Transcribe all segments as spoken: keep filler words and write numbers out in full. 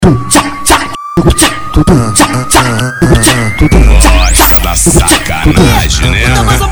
Gosta da sacanagem, né?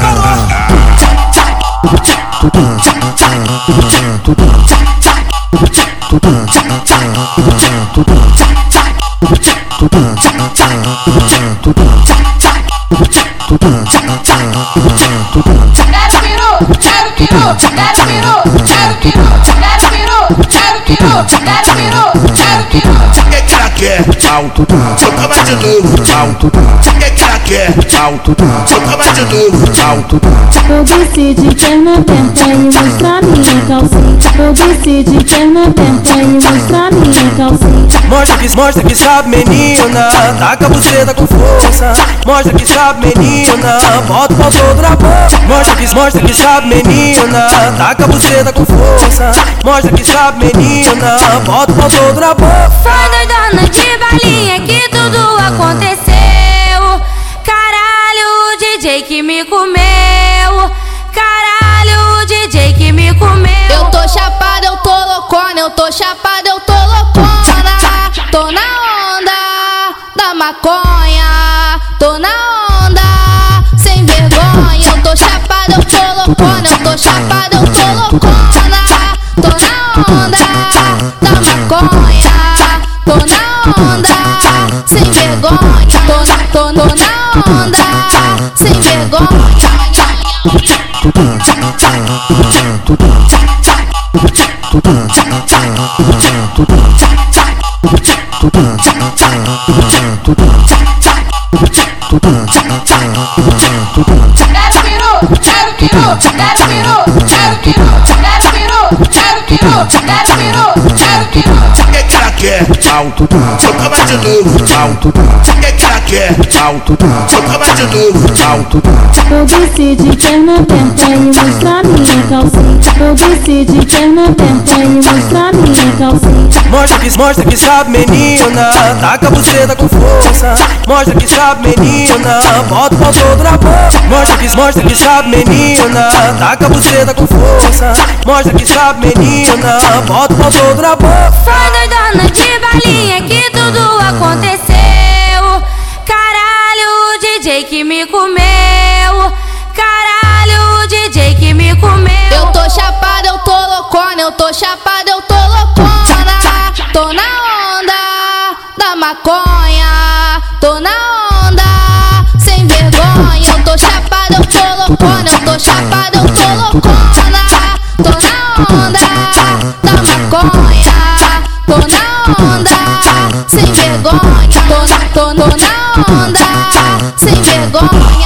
Quero peru, quero peru, quero peru, quero peru, quero peru, quero peru, quero peru. Que que ela quer? Alto, soca mais de novo. Alto, que que ela quer? Alto, soca mais de novo. Alto. Eu desci de perna aberta e mostrar minha calcinha. Eu desci de perna aberta e mostrar minha calcinha. Mostra que, mostra que sabe, menina, taca a buceta com força. Mostra que sabe, menina, bota o pau todo na boca. Mostra que, mostra que sabe, menina, taca a buceta com força. Mostra que sabe, menina, bota o pau todo na boca. Foi doidona de balinha que tudo aconteceu. Caralho, o D J que me comeu. Caralho, o D J que me comeu. Eu tô chapada, eu tô loucona, eu tô chapada, eu tô loucona. Tô na onda da maconha, tô na onda sem vergonha. Eu tô chapada, eu tô loucona, eu tô chapada, eu tô loucona. Tô na onda da maconha, tô na onda sem vergonha. Tô na, tô, tô na onda sem vergonha. Quero peru, quero peru, quero peru, quero peru, quero peru, quero peru, quero peru, quero peru. Que que ela quer? Alto, soca mais de novo. Alto, que que ela quer? Alto, soca mais de novo. Alto. Eu desci de perna aberta e mostrar minha calcinha. Eu desci de perna aberta e mostrar minha calcinha. Mostra que, mostra que sabe, menina, taca a buceta com força. Mostra que sabe, menina, bota o pau todo na boca. Mostra que, mostra que sabe, menina, taca a buceta com força. Mostra que sabe, menina, bota o pau todo na boca. Foi doidona de balinha que tudo aconteceu. Caralho, o D J que me comeu. Caralho, o D J que me comeu. Eu tô chapada, eu tô loucona, eu tô chapada, eu tô loucona. Tô na onda da maconha, tô na onda sem vergonha. Eu tô chapada, eu tô loucona, eu tô chapada, eu tô loucona. Tô na onda da maconha, tô na onda sem vergonha. Tô na, tô, tô na onda sem vergonha.